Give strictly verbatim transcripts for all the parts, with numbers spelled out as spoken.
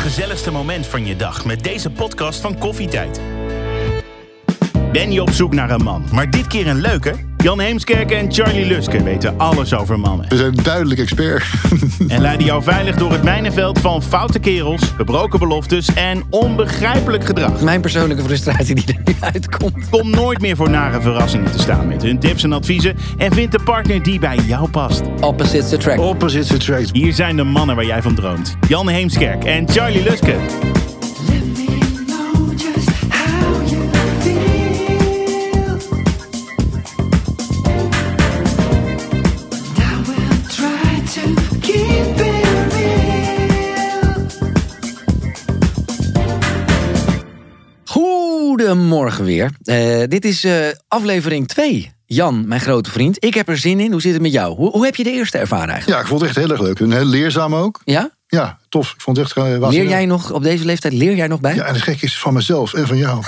gezelligste moment van je dag met deze podcast van Koffietijd. Ben je op zoek naar een man, maar dit keer een leuke? Jan Heemskerk en Charlie Luske weten alles over mannen. We zijn duidelijk expert. En leiden jou veilig door het mijnenveld van foute kerels, gebroken beloftes en onbegrijpelijk gedrag. Mijn persoonlijke frustratie die er nu uitkomt. Kom nooit meer voor nare verrassingen te staan met hun tips en adviezen en vind de partner die bij jou past. Opposites attract. Opposites attract. Hier zijn de mannen waar jij van droomt. Jan Heemskerk en Charlie Luske. Goedemorgen weer. Uh, dit is uh, aflevering twee. Jan, mijn grote vriend. Ik heb er zin in. Hoe zit het met jou? Hoe, hoe heb je de eerste ervaren eigenlijk? Ja, ik vond het echt heel erg leuk. En heel leerzaam ook. Ja? Ja, tof. Ik vond het echt... Uh, leer jij nog, op deze leeftijd, leer jij nog bij? Ja, en het gek is van mezelf en van jou.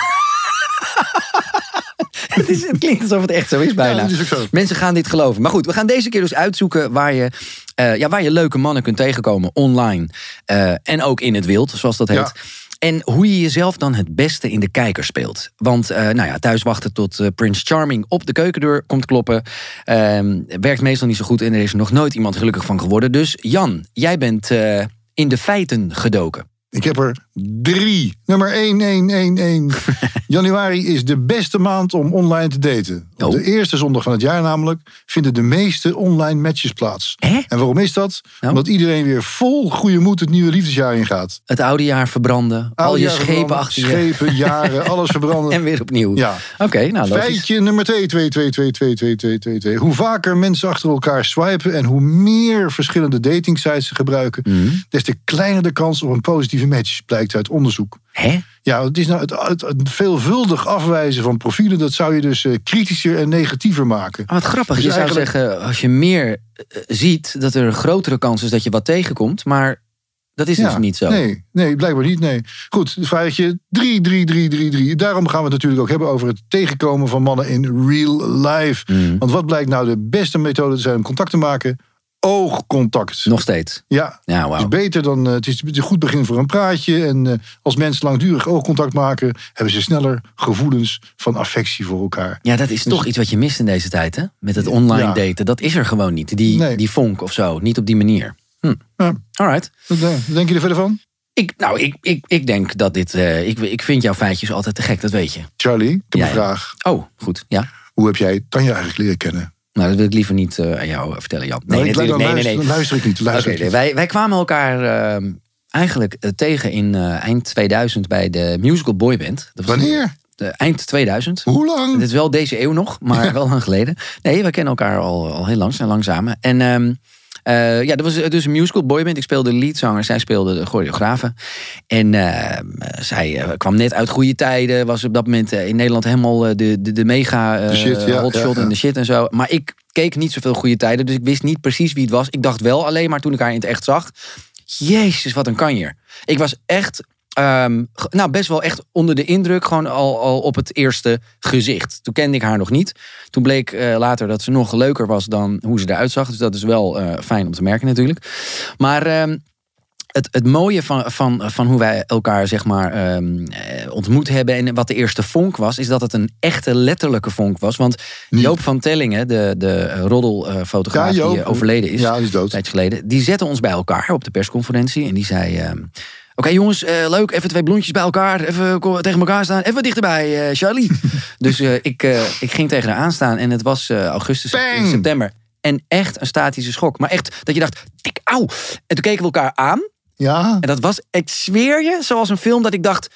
het, is, het klinkt alsof het echt zo is bijna. Ja, dat is ook zo. Mensen gaan dit geloven. Maar goed, we gaan deze keer dus uitzoeken waar je, uh, ja, waar je leuke mannen kunt tegenkomen online. Uh, en ook in het wild, zoals dat heet. Ja. En hoe je jezelf dan het beste in de kijker speelt. Want uh, nou ja, thuis wachten tot uh, Prince Charming op de keukendeur komt kloppen. Uh, werkt meestal niet zo goed en er is nog nooit iemand gelukkig van geworden. Dus Jan, jij bent uh, in de feiten gedoken. Ik heb er drie. Nummer één, één, één, één. Januari is de beste maand om online te daten. Op de eerste zondag van het jaar namelijk vinden de meeste online matches plaats. Hè? En waarom is dat? Nou? Omdat iedereen weer vol goede moed het nieuwe liefdesjaar ingaat. Het oude jaar verbranden. Oude al je schepen achter je. Schepen, jaren, alles verbranden. En weer opnieuw. Ja. Oké, okay, nou logisch. Feitje nummer twee, twee, twee, twee, twee, twee, twee, twee, twee. Hoe vaker mensen achter elkaar swipen en hoe meer verschillende datingsites ze gebruiken, mm. des te kleiner de kans op een positieve match, blijkt uit onderzoek. Hè? Ja, het is nou het, het, het veelvuldig afwijzen van profielen, dat zou je dus uh, kritischer en negatiever maken. Oh, wat grappig. Dus je eigenlijk... zou zeggen, als je meer uh, ziet, dat er een grotere kans is dat je wat tegenkomt, maar dat is ja, dus niet zo. Nee, nee, blijkbaar niet, nee. Goed, feitje drie, drie, drie, drie, drie. Daarom gaan we het natuurlijk ook hebben over het tegenkomen van mannen in real life. Mm. Want wat blijkt nou de beste methode te zijn om contact te maken? Oogcontact. Nog steeds? Ja, ja wow. Het is beter dan, uh, het is een goed begin voor een praatje. En uh, als mensen langdurig oogcontact maken, hebben ze sneller gevoelens van affectie voor elkaar. Ja, dat is dus toch iets wat je mist in deze tijd, hè? Met het online ja. daten. Dat is er gewoon niet. Die, nee. die vonk of zo. Niet op die manier. Hm. Ja. Alright. Wat denk je er verder van? Ik, nou, ik, ik, ik denk dat dit... Uh, ik, ik vind jouw feitjes altijd te gek, dat weet je. Charlie, ik heb ja, een vraag. Oh, goed. Ja. Hoe heb jij Tanja eigenlijk leren kennen? Nou, dat wil ik liever niet uh, aan jou vertellen, Jan. Nee, nee, natuurlijk. Nee, nee, nee, nee. Luister ik niet. Luister okay, ik nee, niet. Wij, wij kwamen elkaar uh, eigenlijk uh, tegen in uh, eind tweeduizend bij de Musical Boyband. Dat was Wanneer? De, eind tweeduizend. Hoe lang? Dit is wel deze eeuw nog, maar wel lang geleden. Nee, wij kennen elkaar al, al heel lang, zijn lang samen. En um, uh, ja, dat was dus een musical boyband. Ik speelde de leadzanger, zij speelde de choreografe. En uh, zij uh, kwam net uit goede tijden. Was op dat moment uh, in Nederland helemaal uh, de, de, de mega uh, de shit, ja, hotshot ja, ja. en de shit en zo. Maar ik keek niet zoveel goede tijden, dus ik wist niet precies wie het was. Ik dacht wel alleen maar toen ik haar in het echt zag, jezus, wat een kanjer. Ik was echt... Um, nou, best wel echt onder de indruk, gewoon al, al op het eerste gezicht. Toen kende ik haar nog niet. Toen bleek uh, later dat ze nog leuker was dan hoe ze eruit zag. Dus dat is wel uh, fijn om te merken natuurlijk. Maar um, het, het mooie van, van, van hoe wij elkaar zeg maar um, ontmoet hebben en wat de eerste vonk was, is dat het een echte letterlijke vonk was. Want Joop van Tellingen, de, de roddelfotograaf ja, die overleden is, ja, die is dood. een tijdje geleden, die zette ons bij elkaar op de persconferentie en die zei... Um, Oké okay, jongens, uh, leuk, even twee blondjes bij elkaar, even tegen elkaar staan, even dichterbij, uh, Charlie. dus uh, ik, uh, ik ging tegen haar aanstaan en het was uh, augustus, Bang! september. En echt een statische schok. Maar echt, dat je dacht, dik, auw. En toen keken we elkaar aan. Ja. En dat was, ik zweer je, zoals een film dat ik dacht,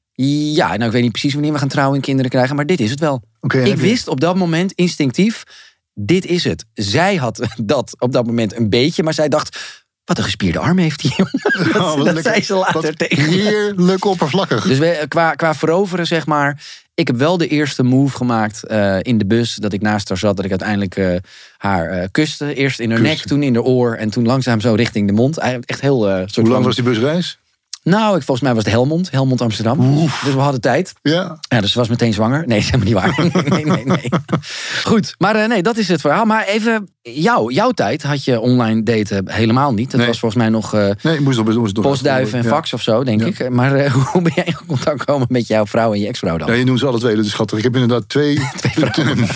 ja, nou ik weet niet precies wanneer we gaan trouwen en kinderen krijgen, maar dit is het wel. Okay, ik wist je... op dat moment instinctief, dit is het. Zij had dat op dat moment een beetje, maar zij dacht... Wat een gespierde arm heeft die jongen. Dat, oh, dat lekker, zei ze later tegen me. Heerlijk oppervlakkig. Dus we, qua, qua veroveren, zeg maar. Ik heb wel de eerste move gemaakt uh, in de bus. Dat ik naast haar zat. Dat ik uiteindelijk uh, haar uh, kuste. Eerst in haar Kusten. nek, toen in haar oor. En toen langzaam zo richting de mond. Echt heel... Uh, soort Hoe lang van... was die busreis? Nou, ik, volgens mij was het Helmond. Helmond Amsterdam. Oef. Dus we hadden tijd. Ja. Ja, dus ze was meteen zwanger. Nee, dat is helemaal niet waar. Nee, nee, nee. nee. Goed, maar uh, nee, dat is het verhaal. Maar even, jou, jouw tijd had je online daten helemaal niet. Dat nee. was volgens mij nog uh, nee, moest nog, moest nog postduiven en ja. fax of zo, denk ja. ik. Maar uh, hoe ben jij in contact gekomen met jouw vrouw en je ex-vrouw dan? Ja, je noemt ze alle twee, dat is schattig. Ik heb inderdaad twee... twee vrouwen.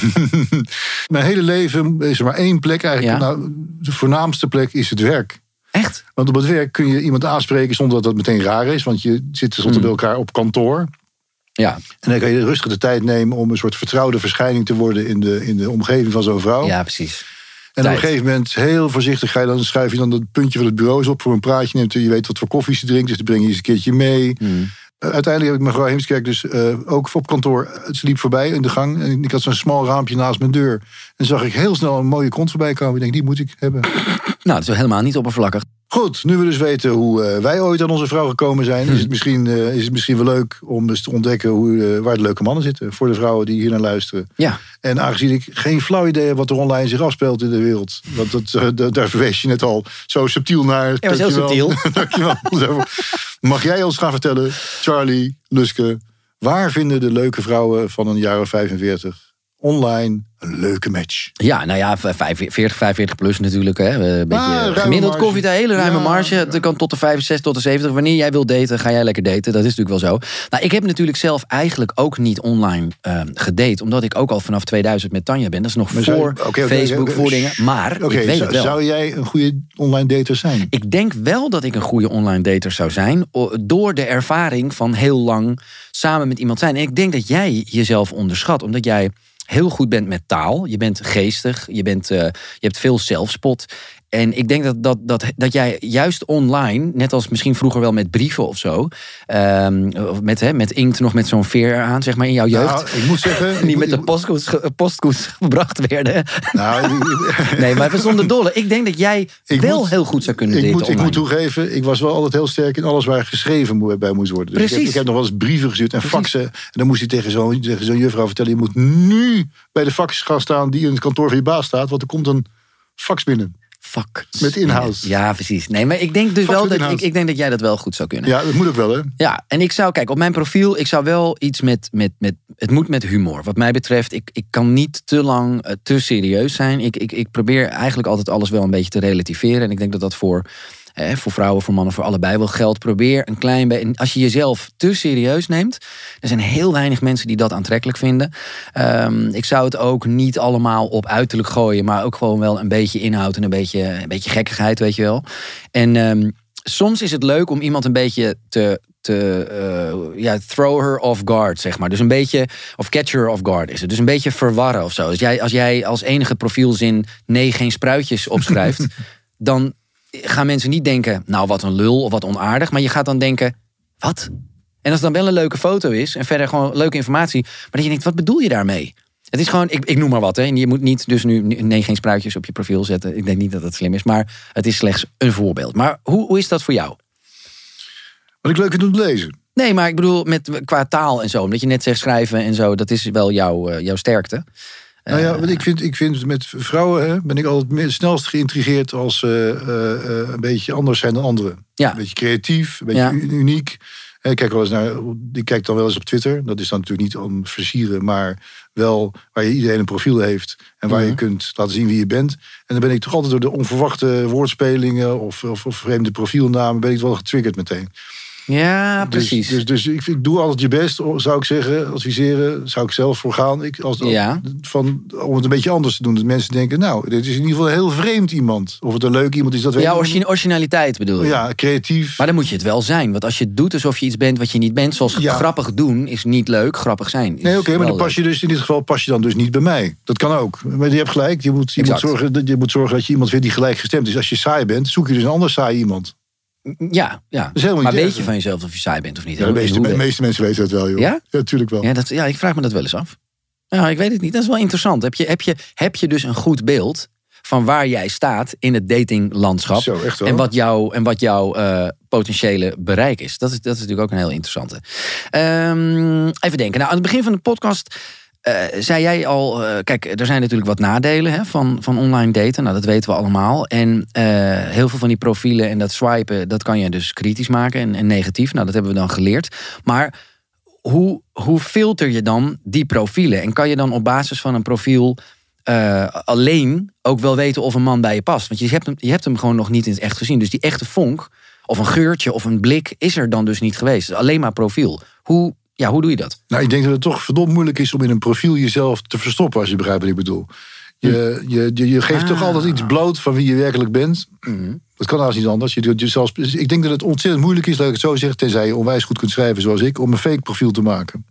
Mijn hele leven is er maar één plek eigenlijk. Ja. Nou, de voornaamste plek is het werk. Echt? Want op het werk kun je iemand aanspreken zonder dat dat meteen raar is. Want je zit tenslotte mm. bij elkaar op kantoor. Ja. En dan kan je rustig de tijd nemen om een soort vertrouwde verschijning te worden in de, in de omgeving van zo'n vrouw. Ja, precies. En tijd. Op een gegeven moment, heel voorzichtig, ga je dan, schuif je dan het puntje van het bureau eens op voor een praatje. Neemt, je weet wat voor koffie ze drinkt, dus dan breng je eens een keertje mee. Mm. Uh, uiteindelijk heb ik mevrouw Heemskerk dus uh, ook op kantoor. Het liep voorbij in de gang. En ik had zo'n smal raampje naast mijn deur. En zag ik heel snel een mooie kont voorbij komen. Ik denk, die moet ik hebben. Nou, dat is wel helemaal niet oppervlakkig. Goed, nu we dus weten hoe uh, wij ooit aan onze vrouw gekomen zijn... Hm. Is, het misschien, uh, is het misschien wel leuk om eens te ontdekken hoe, uh, waar de leuke mannen zitten. Voor de vrouwen die hier naar luisteren. Ja. En aangezien ik geen flauw idee heb wat er online zich afspeelt in de wereld... want dat, uh, d- daar verwees je net al zo subtiel naar. Ja, was heel subtiel. Dankjewel. Mag jij ons gaan vertellen, Charlie, Luske... waar vinden de leuke vrouwen van een jaar of vijfenveertig... online een leuke match? Ja, nou ja, veertig, vijfenveertig plus natuurlijk. Hè. Een beetje ah, gemiddeld koffie, de hele ruime ja, marge. Het ja. kan tot de vijfenzestig, tot de zeventig. Wanneer jij wilt daten, ga jij lekker daten. Dat is natuurlijk wel zo. Nou, ik heb natuurlijk zelf eigenlijk ook niet online uh, gedate. Omdat ik ook al vanaf tweeduizend met Tanja ben. Dat is nog maar voor zou, okay, Facebook, okay, voor dingen. Maar okay, ik weet zou, het wel. Zou jij een goede online dater zijn? Ik denk wel dat ik een goede online dater zou zijn. Door de ervaring van heel lang samen met iemand zijn. En ik denk dat jij jezelf onderschat. Omdat jij heel goed bent met taal. Je bent geestig. Je, bent, uh, je hebt veel zelfspot. En ik denk dat, dat, dat, dat jij juist online, net als misschien vroeger wel met brieven of zo, um, met, hè, met inkt nog met zo'n veer aan, zeg maar, in jouw jeugd. Nou, ik moet zeggen... die met de postkoets, postkoets gebracht werden. Nou, nee, maar even zonder dolle. Ik denk dat jij ik wel moet, heel goed zou kunnen ik daten moet, online. Ik moet toegeven, ik was wel altijd heel sterk in alles waar geschreven bij moest worden. Dus Precies. Ik heb, ik heb nog wel eens brieven gestuurd en Precies. faxen. En dan moest hij tegen zo'n, tegen zo'n juffrouw vertellen, je moet nu bij de fax gaan staan die in het kantoor van je baas staat, want er komt een fax binnen. Fuck. Met inhoud. Ja, precies. Nee, maar ik denk dus Fuck wel dat ik, ik denk dat jij dat wel goed zou kunnen. Ja, dat moet ook wel, hè? Ja, en ik zou, kijk, op mijn profiel, ik zou wel iets met, met, met het moet met humor. Wat mij betreft, ik, ik kan niet te lang, uh, te serieus zijn. Ik, ik, ik probeer eigenlijk altijd alles wel een beetje te relativeren. En ik denk dat dat voor, eh, voor vrouwen, voor mannen, voor allebei wel geldt. Probeer een klein beetje, als je jezelf te serieus neemt, er zijn heel weinig mensen die dat aantrekkelijk vinden. Um, ik zou het ook niet allemaal op uiterlijk gooien, maar ook gewoon wel een beetje inhoud en een beetje, een beetje gekkigheid, weet je wel. En um, soms is het leuk om iemand een beetje te, te uh, ja, throw her off guard, zeg maar. Dus een beetje, of catch her off guard is het. Dus een beetje verwarren of zo. Dus jij, als jij als enige profielzin nee, geen spruitjes opschrijft, dan gaan mensen niet denken, nou wat een lul of wat onaardig, maar je gaat dan denken, wat? En als het dan wel een leuke foto is en verder gewoon leuke informatie, maar dat je denkt, wat bedoel je daarmee? Het is gewoon, ik, ik noem maar wat, hè. En je moet niet dus nu nee, geen spruitjes op je profiel zetten. Ik denk niet dat dat slim is, maar het is slechts een voorbeeld. Maar hoe, hoe is dat voor jou? Wat ik leuk vind om te lezen. Nee, maar ik bedoel met, qua taal en zo. Omdat je net zegt schrijven en zo, dat is wel jouw, uh, jouw sterkte. Nou ja, wat ik vind, ik vind met vrouwen hè, ben ik altijd het snelst geïntrigeerd als ze uh, uh, uh, een beetje anders zijn dan anderen. Ja. Een beetje creatief, een beetje ja. uniek. Ik kijk wel eens naar, ik kijk dan wel eens op Twitter. Dat is dan natuurlijk niet om versieren, maar wel waar je iedereen een profiel heeft en waar mm-hmm. je kunt laten zien wie je bent. En dan ben ik toch altijd door de onverwachte woordspelingen of, of, of vreemde profielnamen ben ik wel getriggerd meteen. Ja, precies. Dus, dus, dus ik, ik doe altijd je best, zou ik zeggen, adviseren, zou ik zelf voor gaan. Ik, als, ja. van, om het een beetje anders te doen. Dat mensen denken, nou, dit is in ieder geval een heel vreemd iemand. Of het een leuk iemand is, dat weet ik. Ja, origine, originaliteit bedoel je? Ja, creatief. Maar dan moet je het wel zijn. Want als je doet alsof je iets bent wat je niet bent, zoals ja. grappig doen, is niet leuk. Grappig zijn is Nee, oké, okay, maar dan pas je dus in dit geval pas je dan dus niet bij mij. Dat kan ook. Maar je hebt gelijk. Je moet, je moet, zorgen, je moet zorgen dat je iemand vindt die gelijk gestemd is. Als je saai bent, zoek je dus een ander saai iemand. Ja, ja. maar weet je van jezelf of je saai bent of niet? Ja, de meeste, de meeste mensen weten dat wel, joh. Ja? Ja, natuurlijk wel. Ja, dat, ja, ik vraag me dat wel eens af. Ja, ik weet het niet. Dat is wel interessant. Heb je, heb je, heb je dus een goed beeld van waar jij staat in het datinglandschap? Zo, echt wel. En wat jouw, en wat jouw uh, potentiële bereik is. Dat is. Dat is natuurlijk ook een heel interessante. Um, even denken. Nou, aan het begin van de podcast Uh, zei jij al, uh, kijk, er zijn natuurlijk wat nadelen hè, van, van online daten. Nou, dat weten we allemaal. En uh, heel veel van die profielen en dat swipen, dat kan je dus kritisch maken en, en negatief. Nou, dat hebben we dan geleerd. Maar hoe, hoe filter je dan die profielen? En kan je dan op basis van een profiel uh, alleen ook wel weten of een man bij je past? Want je hebt, hem, je hebt hem gewoon nog niet in het echt gezien. Dus die echte vonk, of een geurtje of een blik, is er dan dus niet geweest. Alleen maar profiel. Hoe... Ja, hoe doe je dat? Nou, ik denk dat het toch verdomd moeilijk is om in een profiel jezelf te verstoppen, als je begrijpt wat ik bedoel. Je, je, je, je geeft ah. toch altijd iets bloot van wie je werkelijk bent. Mm. Dat kan als niet anders. Je, je zelfs, ik denk dat het ontzettend moeilijk is, laat ik het zo zeggen, tenzij je onwijs goed kunt schrijven zoals ik, om een fake profiel te maken.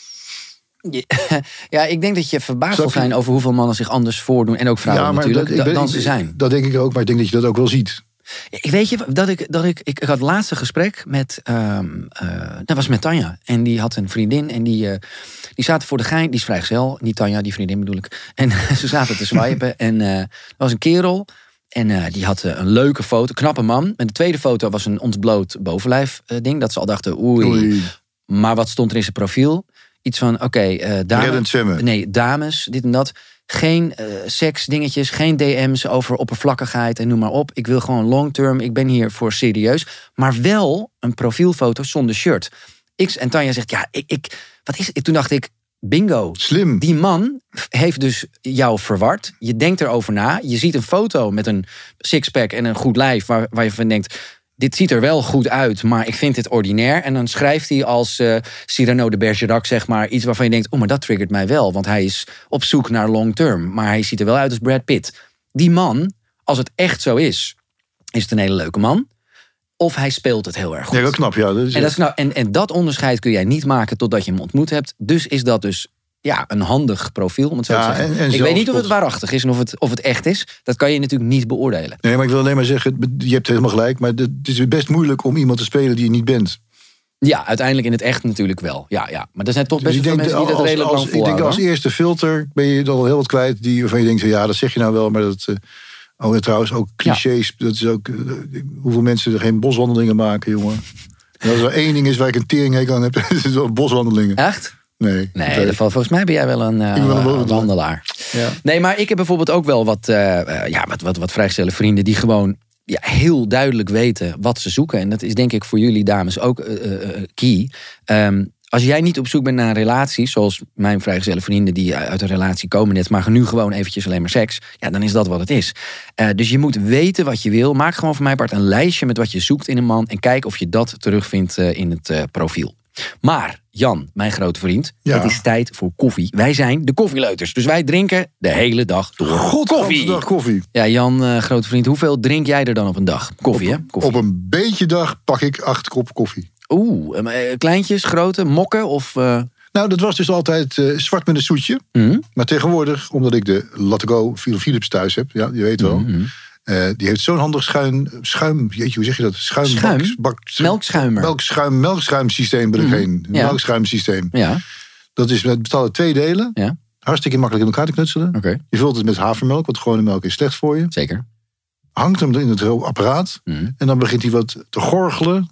Ja, ik denk dat je verbaasd zal zijn over hoeveel mannen zich anders voordoen. En ook vrouwen ja, natuurlijk, dat, ben, dan ze zijn. Dat denk ik ook, maar ik denk dat je dat ook wel ziet. Ik weet je dat ik dat ik, ik, ik had het laatste gesprek met um, uh, dat was met Tanja en die had een vriendin en die uh, die zaten voor de gein, die is vrijgezel, niet Tanja, die vriendin bedoel ik, en ze zaten te swipen en uh, er was een kerel en uh, die had uh, een leuke foto, knappe man. En de tweede foto was een ontbloot bovenlijf uh, ding, dat ze al dachten oei, oei. Maar wat stond er in zijn profiel? Iets van oké, okay, uh, dames, nee dames, dit en dat. Geen uh, seksdingetjes, geen D M's over oppervlakkigheid en noem maar op. Ik wil gewoon long term, ik ben hier voor serieus. Maar wel een profielfoto zonder shirt. Ik, en Tanja zegt, ja, ik, ik, wat is het? Toen dacht ik, bingo. Slim. Die man heeft dus jou verward. Je denkt erover na. Je ziet een foto met een sixpack en een goed lijf waar, waar je van denkt, dit ziet er wel goed uit, maar ik vind dit ordinair. En dan schrijft hij als uh, Cyrano de Bergerac, zeg maar, iets waarvan je denkt, oh, maar dat triggert mij wel. Want hij is op zoek naar long term. Maar hij ziet er wel uit als Brad Pitt. Die man, als het echt zo is, is het een hele leuke man. Of hij speelt het heel erg goed. Ja, dat knap, ja. Dat is en, dat is knap. En, en dat onderscheid kun jij niet maken totdat je hem ontmoet hebt. Dus is dat dus ja, een handig profiel, om het zo ja, te zeggen. En, en ik weet niet of het waarachtig is en of het, of het echt is. Dat kan je natuurlijk niet beoordelen. Nee, maar ik wil alleen maar zeggen, je hebt helemaal gelijk, maar het is best moeilijk om iemand te spelen die je niet bent. Ja, uiteindelijk in het echt natuurlijk wel. Ja, ja. Maar er zijn toch best dus veel mensen die dat redelijk lang volhouden. Ik denk als eerste filter ben je dan al heel wat kwijt, die, waarvan je denkt, ja, dat zeg je nou wel, maar dat... Uh, oh, en trouwens ook clichés. Ja. Dat is ook, uh, hoeveel mensen er geen boswandelingen maken, jongen. En als er één ding is waar ik een teringhekel aan heb, is het wel boswandelingen. Echt? Nee. Nee, dat valt, volgens mij ben jij wel een, uh, wel een wandelaar. Ja. Nee, maar ik heb bijvoorbeeld ook wel wat, uh, ja, wat, wat, wat vrijgestelde vrienden die gewoon ja, heel duidelijk weten wat ze zoeken. En dat is denk ik voor jullie dames ook uh, uh, key. Um, als jij niet op zoek bent naar een relatie, zoals mijn vrijgezelle vrienden die uit een relatie komen net, maar nu gewoon eventjes alleen maar seks, ja, dan is dat wat het is. Uh, dus je moet weten wat je wil. Maak gewoon van mijn part een lijstje met wat je zoekt in een man en kijk of je dat terugvindt uh, in het uh, profiel. Maar Jan, mijn grote vriend, ja. Het is tijd voor koffie. Wij zijn de koffieleuters, dus wij drinken de hele dag door God, koffie. Dag koffie. Ja, Jan, uh, grote vriend, hoeveel drink jij er dan op een dag? Koffie, op, hè? Koffie. Op een beetje dag pak ik acht kop koffie. Oeh, kleintjes, grote, mokken of... Uh... Nou, dat was dus altijd uh, zwart met een zoetje. Mm-hmm. Maar tegenwoordig, omdat ik de Latte Go Philo Philips thuis heb, ja, je weet wel. Mm-hmm. Uh, die heeft zo'n handig schuim, schuim, jeetje, hoe zeg je dat? Schuim, schuim? Bak, bak, melkschuimer. Melkschuim, melkschuimsysteem ben ik mm-hmm. heen. Een ja. melkschuimsysteem. Ja. Dat is met bestaat twee delen. Ja. Hartstikke makkelijk in elkaar te knutselen. Okay. Je vult het met havermelk, want gewone melk is slecht voor je. Zeker. Hangt hem in het apparaat. Mm-hmm. En dan begint hij wat te gorgelen.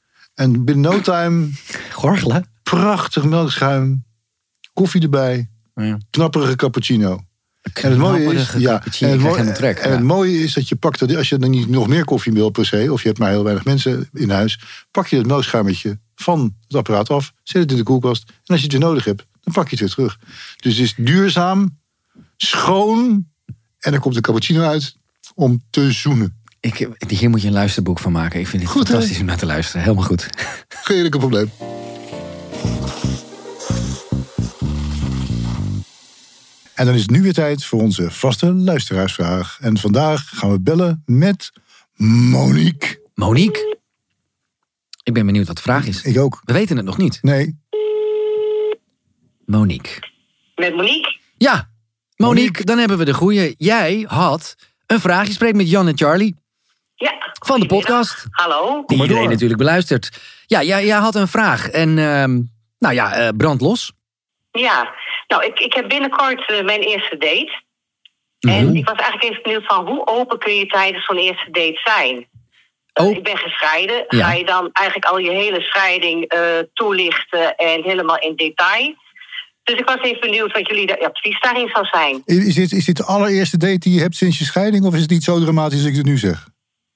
En binnen no time... Gorgelen? Prachtig melkschuim. Koffie erbij. Ja. Knapperige cappuccino. En het mooie is, ja, en het, mooie, trek, en ja. het mooie is dat je pakt, dat als je dan niet nog meer koffie wil per se, of je hebt maar heel weinig mensen in huis, pak je het melkschuimetje van het apparaat af, zet het in de koelkast en als je het weer nodig hebt, dan pak je het weer terug. Dus het is duurzaam, schoon en dan komt de cappuccino uit om te zoenen. Ik, hier moet je een luisterboek van maken. Ik vind het goed, fantastisch he? om naar te luisteren. Helemaal goed. Geen enkel probleem. En dan is het nu weer tijd voor onze vaste luisteraarsvraag. En vandaag gaan we bellen met Monique. Monique? Ik ben benieuwd wat de vraag is. Ik ook. We weten het nog niet. Nee. Monique. Met Monique? Ja, Monique, Monique. Dan hebben we de goeie. Jij had een vraag. Je spreekt met Jan en Charlie. Ja. Van de podcast. Hallo. Die iedereen natuurlijk beluistert. Ja, jij, jij had een vraag. En uh, nou ja, uh, brand los. Ja. Nou, ik, ik heb binnenkort uh, mijn eerste date. Mm-hmm. En ik was eigenlijk even benieuwd van hoe open kun je tijdens zo'n eerste date zijn? Oh. Uh, ik ben gescheiden. Ja. Ga je dan eigenlijk al je hele scheiding uh, toelichten en helemaal in detail? Dus ik was even benieuwd wat jullie advies daarin zou zijn. Is dit, is dit de allereerste date die je hebt sinds je scheiding? Of is het niet zo dramatisch als ik het nu zeg?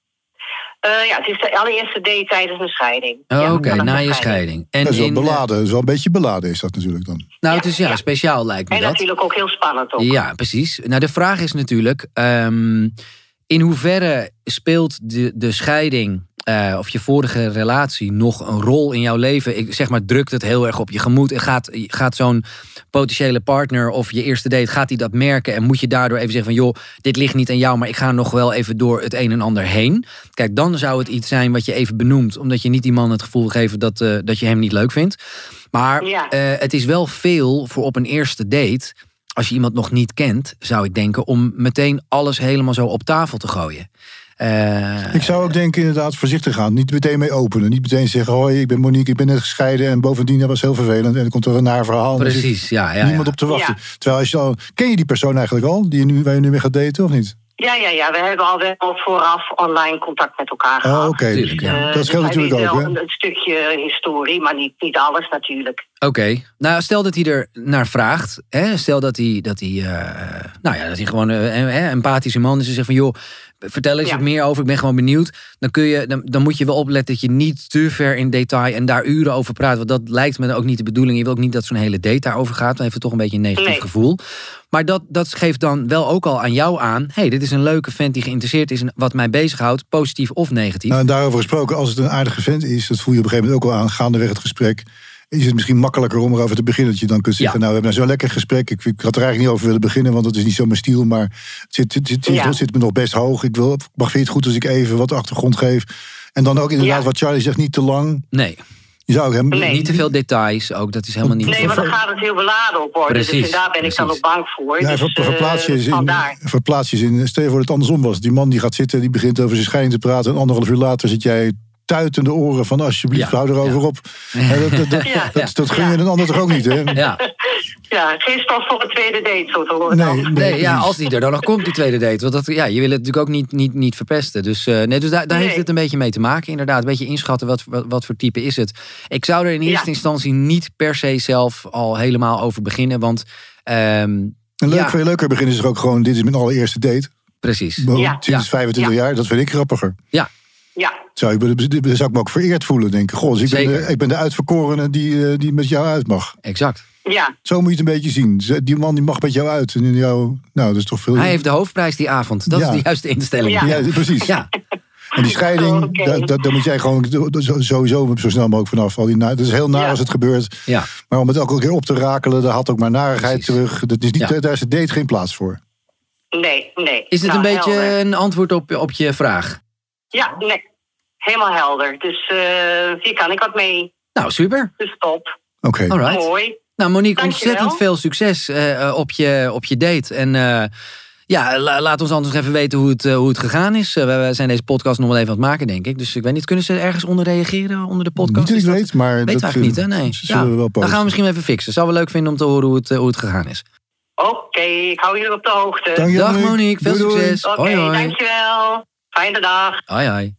Uh, ja, het is de allereerste date tijdens een scheiding. Oh, ja, Oké, okay, na je scheiding. En dat is wel in, beladen. Dat is wel een beetje beladen is dat natuurlijk dan. Nou, ja, het is ja, ja. speciaal lijkt me en dat. En natuurlijk ook heel spannend ook. Ja, precies. Nou, de vraag is natuurlijk... Um, in hoeverre speelt de, de scheiding... Uh, of je vorige relatie nog een rol in jouw leven? Ik zeg maar, drukt het heel erg op je gemoed? En gaat, gaat zo'n potentiële partner of je eerste date, gaat hij dat merken? En moet je daardoor even zeggen van, joh, dit ligt niet aan jou, maar ik ga nog wel even door het een en ander heen. Kijk, dan zou het iets zijn wat je even benoemt, omdat je niet die man het gevoel geeft dat, uh, dat je hem niet leuk vindt. Maar ja. uh, het is wel veel voor op een eerste date, als je iemand nog niet kent, zou ik denken, om meteen alles helemaal zo op tafel te gooien. Uh, ik zou ook denken inderdaad voorzichtig gaan. Niet meteen mee openen. Niet meteen zeggen, hoi, ik ben Monique, ik ben net gescheiden. En bovendien, dat was heel vervelend. En dan komt er een naar verhaal. Precies, ja, ja. Niemand ja. op te wachten. Ja. Terwijl als je al, ken je die persoon eigenlijk al? Die je nu, waar je nu mee gaat daten, of niet? Ja, ja, ja. We hebben al wel vooraf online contact met elkaar gehad. Oh, oké. Okay. Tuurlijk, ja. Uh, dat scheelt dus natuurlijk ook, hè? Een, een stukje historie, maar niet, niet alles natuurlijk. Oké. Okay. Nou, stel dat hij er naar vraagt. Hè? Stel dat hij, dat hij, uh, nou ja, dat hij gewoon een uh, empathische man is en zegt van, joh, vertel eens ja. wat meer over, ik ben gewoon benieuwd. Dan, kun je, dan, dan moet je wel opletten dat je niet te ver in detail en daar uren over praat. Want dat lijkt me ook niet de bedoeling. Je wil ook niet dat zo'n hele date daarover gaat. Dan heeft het toch een beetje een negatief nee. gevoel. Maar dat, dat geeft dan wel ook al aan jou aan, hé, hey, dit is een leuke vent die geïnteresseerd is in wat mij bezighoudt, positief of negatief. Nou, en daarover gesproken, als het een aardige vent is, dat voel je op een gegeven moment ook al aan, gaandeweg het gesprek, is het misschien makkelijker om erover te beginnen. Dat je dan kunt zeggen, ja. nou, we hebben nou zo'n lekker gesprek. Ik, ik had er eigenlijk niet over willen beginnen, want dat is niet zo mijn stiel. Maar het zit, het, het, ja. het zit me nog best hoog. Ik wil, mag vind je het goed als ik even wat achtergrond geef. En dan ook inderdaad, ja. wat Charlie zegt, niet te lang. Nee. Je zou hem... nee. Niet te veel details ook, dat is helemaal niet... Nee, maar dan gaat het heel beladen op worden. Precies, dus daar ben precies. ik dan ook bang voor. Ja, dus, ver, verplaats je eens in, verplaats je in. Stel je voor dat het andersom was. Die man die gaat zitten, die begint over zijn scheiding te praten. En anderhalf uur later zit jij tuitende oren van alsjeblieft, ja. hou erover ja. op. Ja, dat dat, dat, ja. dat, dat gun je een ander toch ook niet, hè? Ja. Ja, geen stof voor een tweede date, zo te horen. Nee, nee, nee, ja, als die er dan nog komt, die tweede date. Want dat, ja, je wil het natuurlijk ook niet, niet, niet verpesten. Dus, uh, nee, dus daar, daar nee. heeft het een beetje mee te maken, inderdaad. Een beetje inschatten, wat, wat, wat voor type is het. Ik zou er in eerste ja. instantie niet per se zelf al helemaal over beginnen, want... Um, en leuk, ja. veel leuker beginnen is er ook gewoon, dit is mijn allereerste date. Precies. Ja. Sinds ja. vijfentwintig ja. jaar, dat vind ik grappiger. Ja. Ja. Zou ik, dan zou ik me ook vereerd voelen, denken. Goh, dus ik, ben de, ik ben de uitverkorene die, die met jou uit mag. Exact. Ja. Zo moet je het een beetje zien. Die man die mag met jou uit. En jou, nou, dat is toch veel... Hij heeft de hoofdprijs die avond. Dat ja. is de juiste instelling. Ja, ja precies. Ja. En die scheiding, oh, okay. daar, daar, daar moet jij gewoon sowieso zo snel mogelijk vanaf. Al die, dat is heel naar ja. als het gebeurt. Ja. Maar om het elke keer op te rakelen, daar had ook maar narigheid precies. terug. Dat is niet, ja. Daar is de date geen plaats voor. Nee, nee. Is dit nou, een beetje helder. een antwoord op, op je vraag? Ja, nee. Helemaal helder. Dus uh, hier kan ik wat mee. Nou, super. Dus top. Oké. Okay. Mooi. Nou, Monique, ontzettend veel succes uh, op, je, op je date. En uh, ja, la, laat ons anders even weten hoe het, uh, hoe het gegaan is. Uh, we zijn deze podcast nog wel even aan het maken, denk ik. Dus ik weet niet, kunnen ze ergens onder reageren, onder de podcast? Niet dat ik weet, maar... Weet dat eigenlijk niet, hè? Nee. Ja, we wel dan gaan we misschien even fixen. Zou wel leuk vinden om te horen hoe het, uh, hoe het gegaan is. Oké, okay, ik hou jullie op de hoogte. Dank je, dag Monique, Monique, veel doei, succes. Oké, okay, dankjewel. Fijne dag. Hoi, hoi.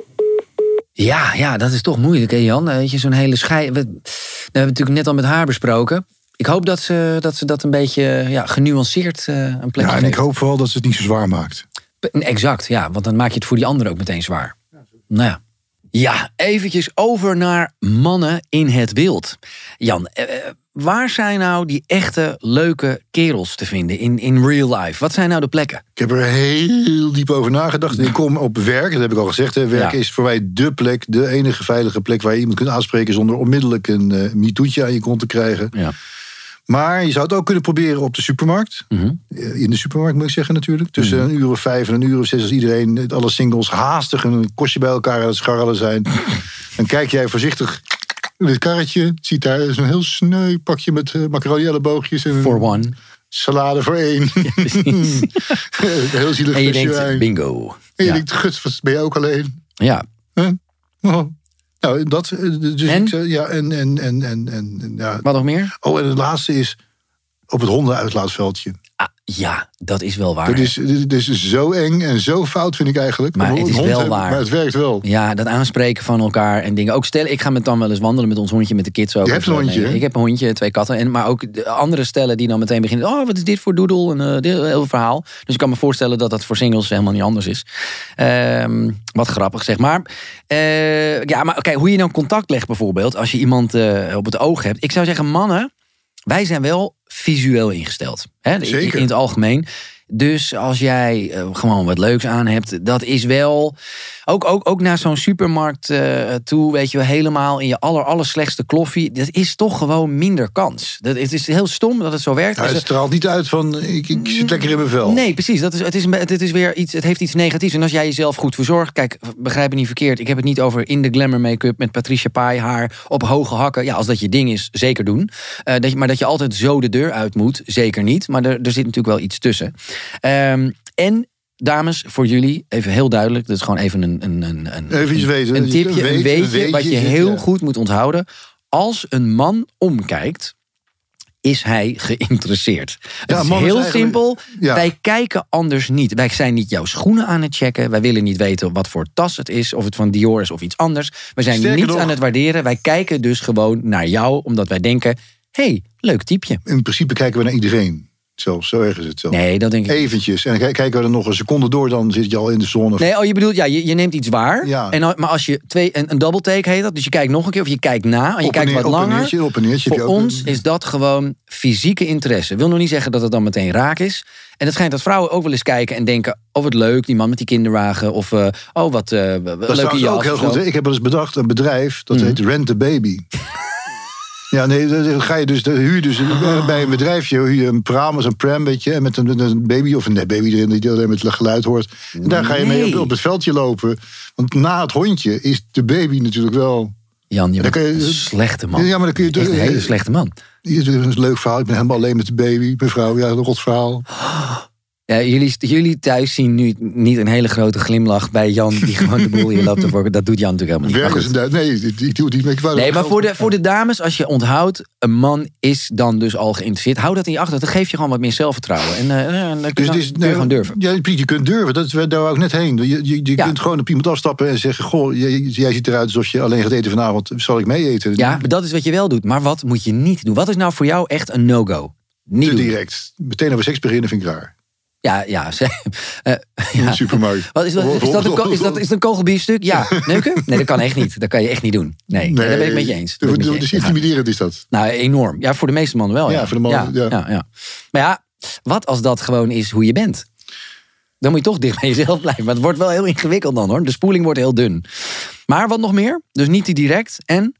Ja, ja, dat is toch moeilijk, hè Jan? Weet je, zo'n hele schei... We, we hebben het natuurlijk net al met haar besproken. Ik hoop dat ze dat, ze dat een beetje ja, genuanceerd uh, een plekje Ja, en geeft. ik hoop vooral dat ze het niet zo zwaar maakt. Exact, ja, want dan maak je het voor die anderen ook meteen zwaar. Nou ja. Ja, eventjes over naar mannen in het wild. Jan, uh, waar zijn nou die echte leuke kerels te vinden in, in real life? Wat zijn nou de plekken? Ik heb er heel diep over nagedacht. Ik kom op werk, dat heb ik al gezegd. Hè. Werk ja. is voor mij dé plek, de enige veilige plek waar je iemand kunt aanspreken zonder onmiddellijk een uh, MeToo'tje aan je kont te krijgen. Ja. Maar je zou het ook kunnen proberen op de supermarkt. Mm-hmm. In de supermarkt moet ik zeggen natuurlijk. Tussen mm-hmm. een uur of vijf en een uur of zes als iedereen, alle singles haastig een kostje bij elkaar aan het scharrelen zijn. Dan kijk jij voorzichtig in het karretje. Ziet daar zo'n heel sneu pakje met uh, macaroni elleboogjes. En For one. Salade voor één. Ja, heel zielig. En je denkt, wijn. bingo. En je ja. denkt, gut, ben je ook alleen? Ja. Huh? Oh. Nou, dat... Dus en? Ik, ja, en, en, en, en, en ja. Wat nog meer? Oh, en het laatste is op het hondenuitlaatveldje. Ah, ja, dat is wel waar. Dat is, dit is zo eng en zo fout, vind ik eigenlijk. Maar het is wel hebben, waar. Maar het werkt wel. Ja, dat aanspreken van elkaar en dingen. Ook stellen, ik ga met dan wel eens wandelen met ons hondje, met de kids ook. Je hebt een hondje, nee, hè? Ik heb een hondje, twee katten. En, maar ook de andere stellen die dan meteen beginnen. Oh, wat is dit voor doedel? Een uh, dit, heel verhaal. Dus ik kan me voorstellen dat dat voor singles helemaal niet anders is. Um, wat grappig, zeg maar. Uh, ja, maar oké, hoe je dan contact legt bijvoorbeeld, als je iemand uh, op het oog hebt. Ik zou zeggen, mannen, wij zijn wel visueel ingesteld. Hè? Zeker. In het algemeen. Dus als jij uh, gewoon wat leuks aan hebt, dat is wel... Ook, ook, ook naar zo'n supermarkt uh, toe, weet je wel, helemaal in je aller, aller slechtste kloffie. Dat is toch gewoon minder kans. Dat, het is heel stom dat het zo werkt. Ja, het straalt niet uit van, ik, ik zit lekker in mijn vel. Nee, precies. Dat is, het, is, het, is weer iets, het heeft iets negatiefs. En als jij jezelf goed verzorgt... Kijk, begrijp me niet verkeerd. Ik heb het niet over in de glamour make-up met Patricia Pai haar op hoge hakken. Ja, als dat je ding is, zeker doen. Uh, dat je, maar dat je altijd zo de deur uit moet, zeker niet. Maar er, er zit natuurlijk wel iets tussen. Um, en... Dames, voor jullie, even heel duidelijk. Dat is gewoon even een, een, een, een, even iets weten. een tipje, een, weet, een weetje, weetje wat je heel ja. goed moet onthouden. Als een man omkijkt, is hij geïnteresseerd. Ja, het is heel is simpel. Ja. Wij kijken anders niet. Wij zijn niet jouw schoenen aan het checken. Wij willen niet weten wat voor tas het is. Of het van Dior is of iets anders. We zijn Sterker niets nog, aan het waarderen. Wij kijken dus gewoon naar jou. Omdat wij denken, hé, hey, leuk typje. In principe kijken we naar iedereen. Zelfs, zo erg is het zelf. Nee, dat denk ik Eventjes. En dan kijken we er nog een seconde door, dan zit je al in de zon. Of... Nee, oh, je bedoelt, ja, je, je neemt iets waar. Ja. En, maar als je twee, een, een double take heet dat, dus je kijkt nog een keer of je kijkt na, en je kijkt wat langer. Neertje, op en neertje, voor ons is dat gewoon fysieke interesse. Wil nog niet zeggen dat het dan meteen raak is. En het schijnt dat vrouwen ook wel eens kijken en denken, oh wat leuk, die man met die kinderwagen. Of, uh, oh wat uh, dat leuke jas. Ook heel goed. Ik heb wel eens bedacht, een bedrijf, dat mm. heet Rent a Baby. Ja, nee, dan ga je dus, dan huur je dus bij een bedrijfje huur je een pram, een pram, weet je, en met een, met een baby of een nee, baby erin die alleen met het geluid hoort. En daar ga je mee op, op het veldje lopen. Want na het hondje is de baby natuurlijk wel. Jan, je bent je, een slechte man. Ja, maar dan kun je echt een hele slechte man. Het is een leuk verhaal. Ik ben helemaal alleen met de baby, mevrouw. Ja, een rot verhaal. Ja, jullie, jullie thuis zien nu niet een hele grote glimlach bij Jan die gewoon de boel hier loopt te vorken. Dat doet Jan natuurlijk helemaal niet. Maar nee, ik doe het niet meer. Nee, maar voor de, voor de dames, als je onthoudt, een man is dan dus al geïnteresseerd. Hou dat in je achter. Dat geeft je gewoon wat meer zelfvertrouwen. En uh, dan kun je, dus, dan, dus, kun je nee, gewoon durven. Ja, je kunt durven. Dat is daar wou ik net heen. Je, je, je ja. kunt gewoon op iemand afstappen en zeggen, goh, jij, jij ziet eruit alsof je alleen gaat eten vanavond. Zal ik mee eten? Ja, maar dat is wat je wel doet. Maar wat moet je niet doen? Wat is nou voor jou echt een no-go? Niet Te doen. direct. Meteen over seks beginnen vind ik raar. Ja, ja. Uh, ja. Supermarkt. Wat, is, dat, is, dat een, is, dat, is dat een kogelbiefstuk? Ja. Neuken? Nee, dat kan echt niet. Dat kan je echt niet doen. Nee, nee, nee dat ben ik met je eens. Dat dat dus intimiderend is dat. Nou, enorm. Ja, voor de meeste mannen wel. Ja, ja voor de mannen. Ja, ja. Ja, ja. Maar ja, wat als dat gewoon is hoe je bent? Dan moet je toch dicht bij jezelf blijven. Maar het wordt wel heel ingewikkeld dan, hoor. De spoeling wordt heel dun. Maar wat nog meer? Dus niet te direct en...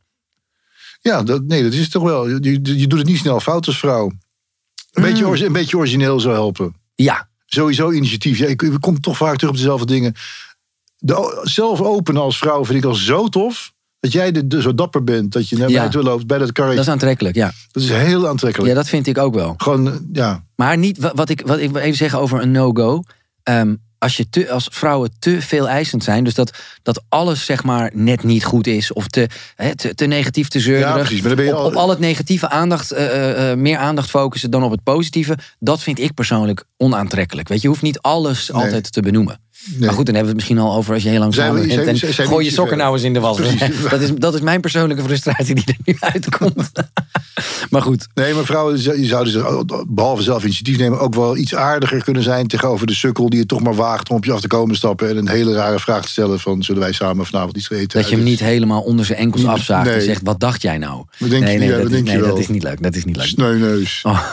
Ja, dat, nee, dat is het toch wel. Je, je, je doet het niet snel fout als vrouw. Een, mm. beetje, een beetje origineel zou helpen. Ja. Sowieso initiatief. Ja, ik, ik kom toch vaak terug op dezelfde dingen. De, zelf openen als vrouw vind ik al zo tof. Dat jij de, de, zo dapper bent. Dat je naar mij toe loopt bij dat karretje. Dat is aantrekkelijk, ja. Dat is heel aantrekkelijk. Ja, dat vind ik ook wel. Gewoon, ja. Maar niet, wat ik, wat ik wil even zeggen over een no-go. Um, als, je te, als vrouwen te veel eisend zijn. Dus dat, dat alles zeg maar net niet goed is. Of te, he, te, te negatief, te zeurig. Ja, precies. Maar dan ben je op, al... op al het negatieve aandacht, uh, uh, meer aandacht focussen dan op het positieve. Dat vind ik persoonlijk onaantrekkelijk. Weet je, je hoeft niet alles nee. altijd te benoemen. Nee. Maar goed, dan hebben we het misschien al over als je heel lang samen bent. En zijn, zijn gooi je sokken nou eens in de was. Dat is, dat is mijn persoonlijke frustratie die er nu uitkomt. Maar goed. Nee, maar vrouwen, je zou dus behalve zelf initiatief nemen ook wel iets aardiger kunnen zijn tegenover de sukkel die het toch maar waagt om op je af te komen stappen en een hele rare vraag te stellen van zullen wij samen vanavond iets eten? Dat je hem niet helemaal onder zijn enkels afzaagt nee. en zegt wat dacht jij nou? Dat denk nee, je, nee, ja, dat, dat, is, denk nee je wel. dat is niet leuk. Dat is niet leuk. Sneuneus. Oh.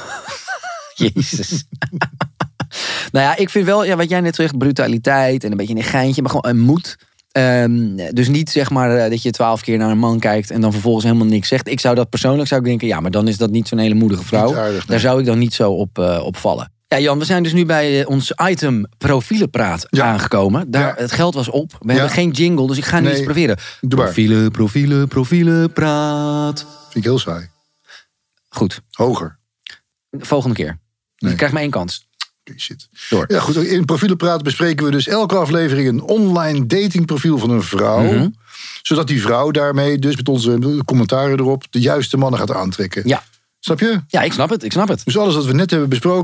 Jezus. Nou ja, ik vind wel, ja, wat jij net zegt, brutaliteit en een beetje een geintje, maar gewoon een moed. Um, dus niet zeg maar dat je twaalf keer naar een man kijkt en dan vervolgens helemaal niks zegt. Ik zou dat persoonlijk zou ik denken, ja, maar dan is dat niet zo'n hele moedige vrouw. Aardig, nee. Daar zou ik dan niet zo op, uh, op vallen. Ja, Jan, we zijn dus nu bij ons item Profielenpraat ja. aangekomen. Daar, ja. Het geld was op. We ja. hebben geen jingle, dus ik ga nu nee. iets proberen. Profielen, profielen, profielenpraat. Vind ik heel saai. Goed. Hoger. Volgende keer. Nee. Je krijgt maar één kans. Shit. Door. Ja, goed. In Profielenpraat bespreken we dus elke aflevering een online datingprofiel van een vrouw. Mm-hmm. Zodat die vrouw daarmee dus met onze commentaren erop de juiste mannen gaat aantrekken. Ja. Snap je? Ja, ik snap het. Ik snap het. Dus alles wat we net hebben besproken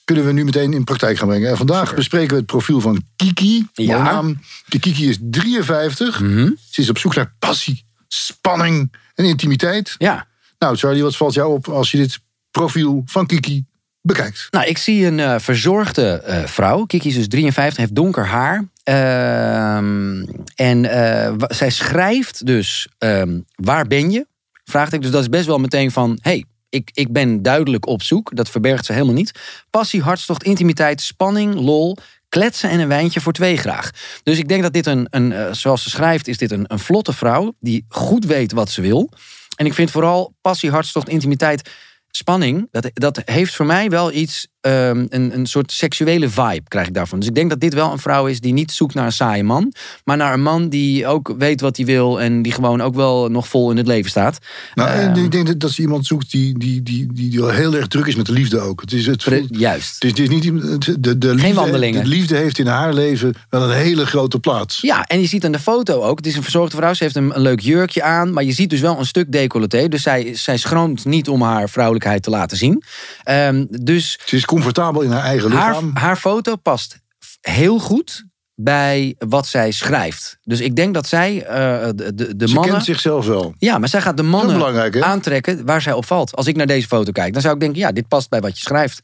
kunnen we nu meteen in praktijk gaan brengen. En vandaag Super. bespreken we het profiel van Kiki. Ja. Mooie naam. Kiki is drieënvijftig. Mm-hmm. Ze is op zoek naar passie, spanning en intimiteit. Ja. Nou, Charlie, wat valt jou op als je dit profiel van Kiki bekijkt? Nou, ik zie een uh, verzorgde uh, vrouw. Kiki is dus drieënvijftig, heeft donker haar. Uh, en uh, w- zij schrijft dus, uh, waar ben je? Vraagt ik. Dus dat is best wel meteen van, hey, ik, ik ben duidelijk op zoek. Dat verbergt ze helemaal niet. Passie, hartstocht, intimiteit, spanning, lol, kletsen en een wijntje voor twee graag. Dus ik denk dat dit een, een uh, zoals ze schrijft, is dit een, een vlotte vrouw die goed weet wat ze wil. En ik vind vooral passie, hartstocht, intimiteit, spanning, dat, dat heeft voor mij wel iets, um, een, een soort seksuele vibe krijg ik daarvan. Dus ik denk dat dit wel een vrouw is die niet zoekt naar een saaie man, maar naar een man die ook weet wat hij wil en die gewoon ook wel nog vol in het leven staat. Nou, Um, ik denk dat ze iemand zoekt die, die, die, die, die heel erg druk is met de liefde ook. Het is het, pre- juist. Het is, het is niet iemand- de, de, liefde, wandelingen. de liefde heeft in haar leven wel een hele grote plaats. Ja, en je ziet aan de foto ook, het is een verzorgde vrouw, ze heeft een, een leuk jurkje aan, maar je ziet dus wel een stuk decolleté, dus zij, zij schroomt niet om haar vrouwelijkheid te laten zien. Um, dus Ze is comfortabel in haar eigen haar, lichaam. haar foto past heel goed bij wat zij schrijft. Dus ik denk dat zij uh, de, de, de Ze mannen... kent zichzelf wel. Ja, maar zij gaat de Dat is mannen belangrijk, hè? aantrekken waar zij op valt. Als ik naar deze foto kijk, dan zou ik denken, ja, dit past bij wat je schrijft.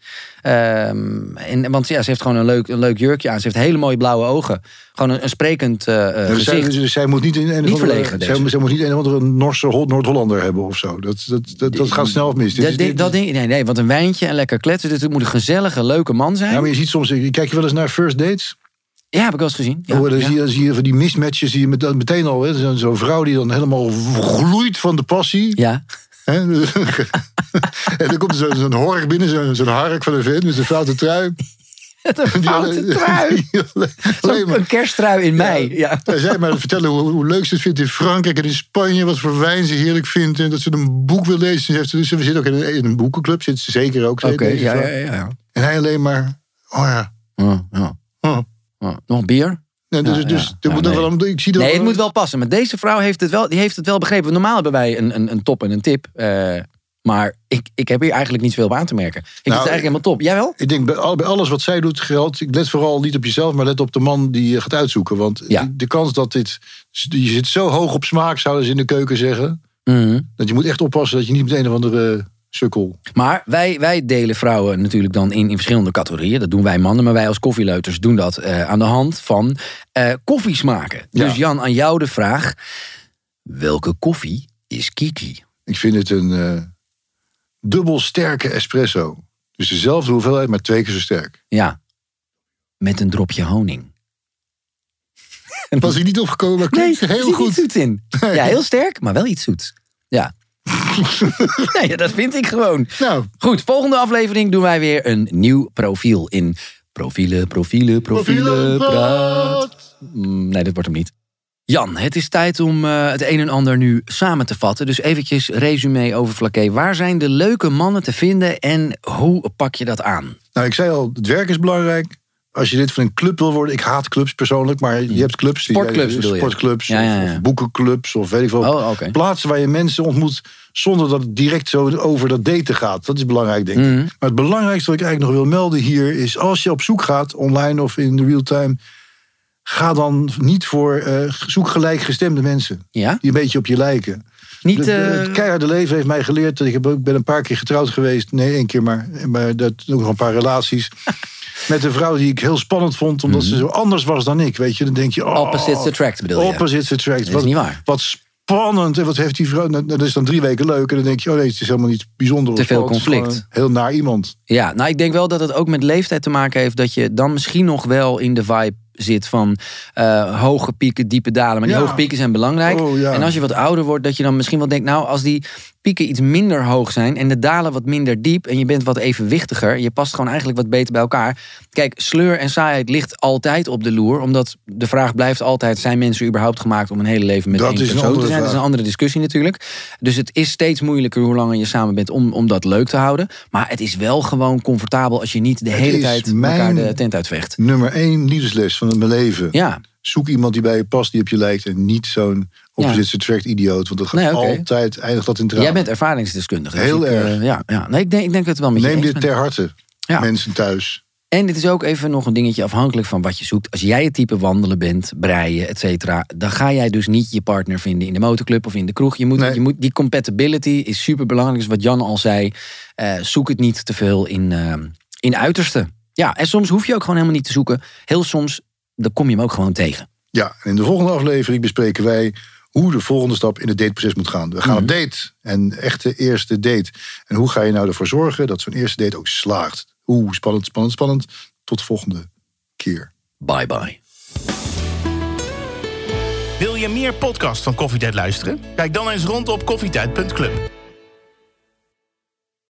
Um, en, want ja, ze heeft gewoon een leuk, een leuk jurkje aan. Ze heeft hele mooie blauwe ogen. Gewoon een, een sprekend uh, Ja, dus zij, gezicht. dus zij moet niet een, een Niet of andere, verlegen, zij, deze. zij moet niet een of andere Norse Hol- Noord-Hollander hebben of zo. Dat, dat, dat, dat gaat snel mis. Dit Dat, is- dit- dit- dat ding, nee, nee, want een wijntje en lekker kletsen. Dit moet een gezellige, leuke man zijn. Ja, maar je ziet soms, kijk je wel eens naar first dates? Ja, heb ik wel eens gezien. Ja, Oh, dan, ja. zie je, dan zie je van die mismatches, zie je met, meteen al. hè. Zo- Zo'n vrouw die dan helemaal gloeit van de passie. ja. Hè? En dan komt er zo- zo'n hork binnen, zo'n zo'n hark van een vent met zijn foute trui. Een foute trui. Alleen maar, Een kersttrui in mei. Ja. hij zei maar vertellen hoe, hoe leuk ze het vindt in Frankrijk en in Spanje. Wat voor wijn ze heerlijk vindt. En dat ze een boek wil lezen. Ze heeft- Dus we zitten ook in een, in een boekenclub. Zit ze zeker ook. Oké, deze ja, vrouw. ja, ja. ja. En hij alleen maar, oh ja. Ja, ja. Oh. Ja. Nog bier? Ja, dus Ja, dus ja. er Ja, moet er nee. wel, ik zie er Nee, wel- het moet wel passen. Maar deze vrouw heeft het wel, die heeft het wel begrepen. Normaal hebben wij een, een, een top en een tip. Uh, maar ik, ik heb hier eigenlijk niet zoveel op aan te merken. Ik vind het eigenlijk helemaal top. Jij wel? Ik denk bij, al- bij alles wat zij doet geldt. Ik let vooral niet op jezelf, maar let op de man die je gaat uitzoeken. Want Ja. de, de kans dat dit. Je zit zo hoog op smaak, zouden ze in de keuken zeggen. Mm-hmm. Dat je moet echt oppassen dat je niet met een of andere sukkel. Maar wij, wij delen vrouwen natuurlijk dan in, in verschillende categorieën. Dat doen wij mannen, maar wij als koffieleuters doen dat uh, aan de hand van uh, koffiesmaken. Ja. Dus Jan, aan jou de vraag. Welke koffie is Kiki? Ik vind het een uh, dubbel sterke espresso. Dus dezelfde hoeveelheid, maar twee keer zo sterk. Ja, met een dropje honing. Was ik niet opgekomen, maar Nee, klinkt er heel zit goed. iets zoets in. Ja, heel sterk, maar wel iets zoets. Ja. Nee, dat vind ik gewoon. Nou, Goed, volgende aflevering doen wij weer een nieuw profiel in Profielen, Profielen, Profielen, Praat. Mm, Nee, dat wordt hem niet. Jan, het is tijd om uh, het een en ander nu samen te vatten. Dus eventjes resume over Flaké. Waar zijn de leuke mannen te vinden en hoe pak je dat aan? nou, ik zei al, het werk is belangrijk. Als je dit van een club wil worden, ik haat clubs persoonlijk, maar je hebt clubs. Die, Sportclubs bedoel je? Sportclubs Ja, ja, ja. Of, of boekenclubs of weet ik veel. Oh, oké. Plaatsen waar je mensen ontmoet zonder dat het direct zo over dat daten gaat. Dat is belangrijk, denk ik. Mhm. Maar het belangrijkste wat ik eigenlijk nog wil melden hier is, als je op zoek gaat, online of in de real time, ga dan niet voor, uh, zoek gelijkgestemde mensen. Ja? Die een beetje op je lijken. Niet, De- de- uh, Het keiharde leven heeft mij geleerd. Dat ik, heb, ik ben een paar keer getrouwd geweest. Nee, één keer maar. Maar dat ook nog een paar relaties. Met een vrouw die ik heel spannend vond. Omdat ze zo anders was dan ik. Weet je, dan denk je... Oh, Opposites attract bedoel je? Opposites attract. Dat is Wat, niet waar. wat spannend. En wat heeft die vrouw... nou, Dat is dan drie weken leuk. En dan denk je, oh nee, het is helemaal niet bijzonder. Te of veel spannend. Het is conflict. gewoon Heel naar iemand. Ja, nou ik denk wel dat het ook met leeftijd te maken heeft... dat je dan misschien nog wel in de vibe zit van uh, hoge pieken, diepe dalen. Maar die Ja. hoge pieken zijn belangrijk. Oh, ja. En als je wat ouder wordt, dat je dan misschien wel denkt... nou, als die pieken iets minder hoog zijn... en de dalen wat minder diep... en je bent wat evenwichtiger... je past gewoon eigenlijk wat beter bij elkaar. Kijk, sleur en saaiheid ligt altijd op de loer... omdat de vraag blijft altijd... zijn mensen überhaupt gemaakt om een hele leven met Dat één is een persoon te andere zijn? Dat is een vraag. andere discussie natuurlijk. Dus het is steeds moeilijker hoe langer je samen bent... om, om dat leuk te houden. Maar het is wel gewoon comfortabel... als je niet de Het hele is tijd mijn- elkaar de tent uitvecht. Nummer één liefdesles van mijn leven. Ja. Zoek iemand die bij je past, die op je lijkt. En niet zo'n opposites attract idioot. Want dat gaat Nee, oké. altijd, eindigt dat in tranen. Jij bent ervaringsdeskundige. dus Heel ik, uh, erg. ja, ja. Nee, ik denk, ik denk het wel met je Neem eens dit ben. ter harte. Ja. mensen thuis. En dit is ook even nog een dingetje afhankelijk van wat je zoekt. Als jij het type wandelen bent, breien, et cetera, dan ga jij dus niet je partner vinden in de motorclub of in de kroeg. Je moet, Nee. je moet, die compatibility is super belangrijk. Dus wat Jan al zei, uh, zoek het niet te veel in, uh, in uiterste. Ja, en soms hoef je ook gewoon helemaal niet te zoeken. Heel soms, dan kom je hem ook gewoon tegen. Ja, en in de volgende aflevering bespreken wij hoe de volgende stap in het dateproces moet gaan. We gaan mm-hmm. op date, en echte eerste date. En hoe ga je nou ervoor zorgen dat zo'n eerste date ook slaagt? Oeh, spannend, spannend, spannend. Tot de volgende keer. Bye bye. Wil je meer podcasts van Koffietijd luisteren? Kijk dan eens rond op koffietijd punt club.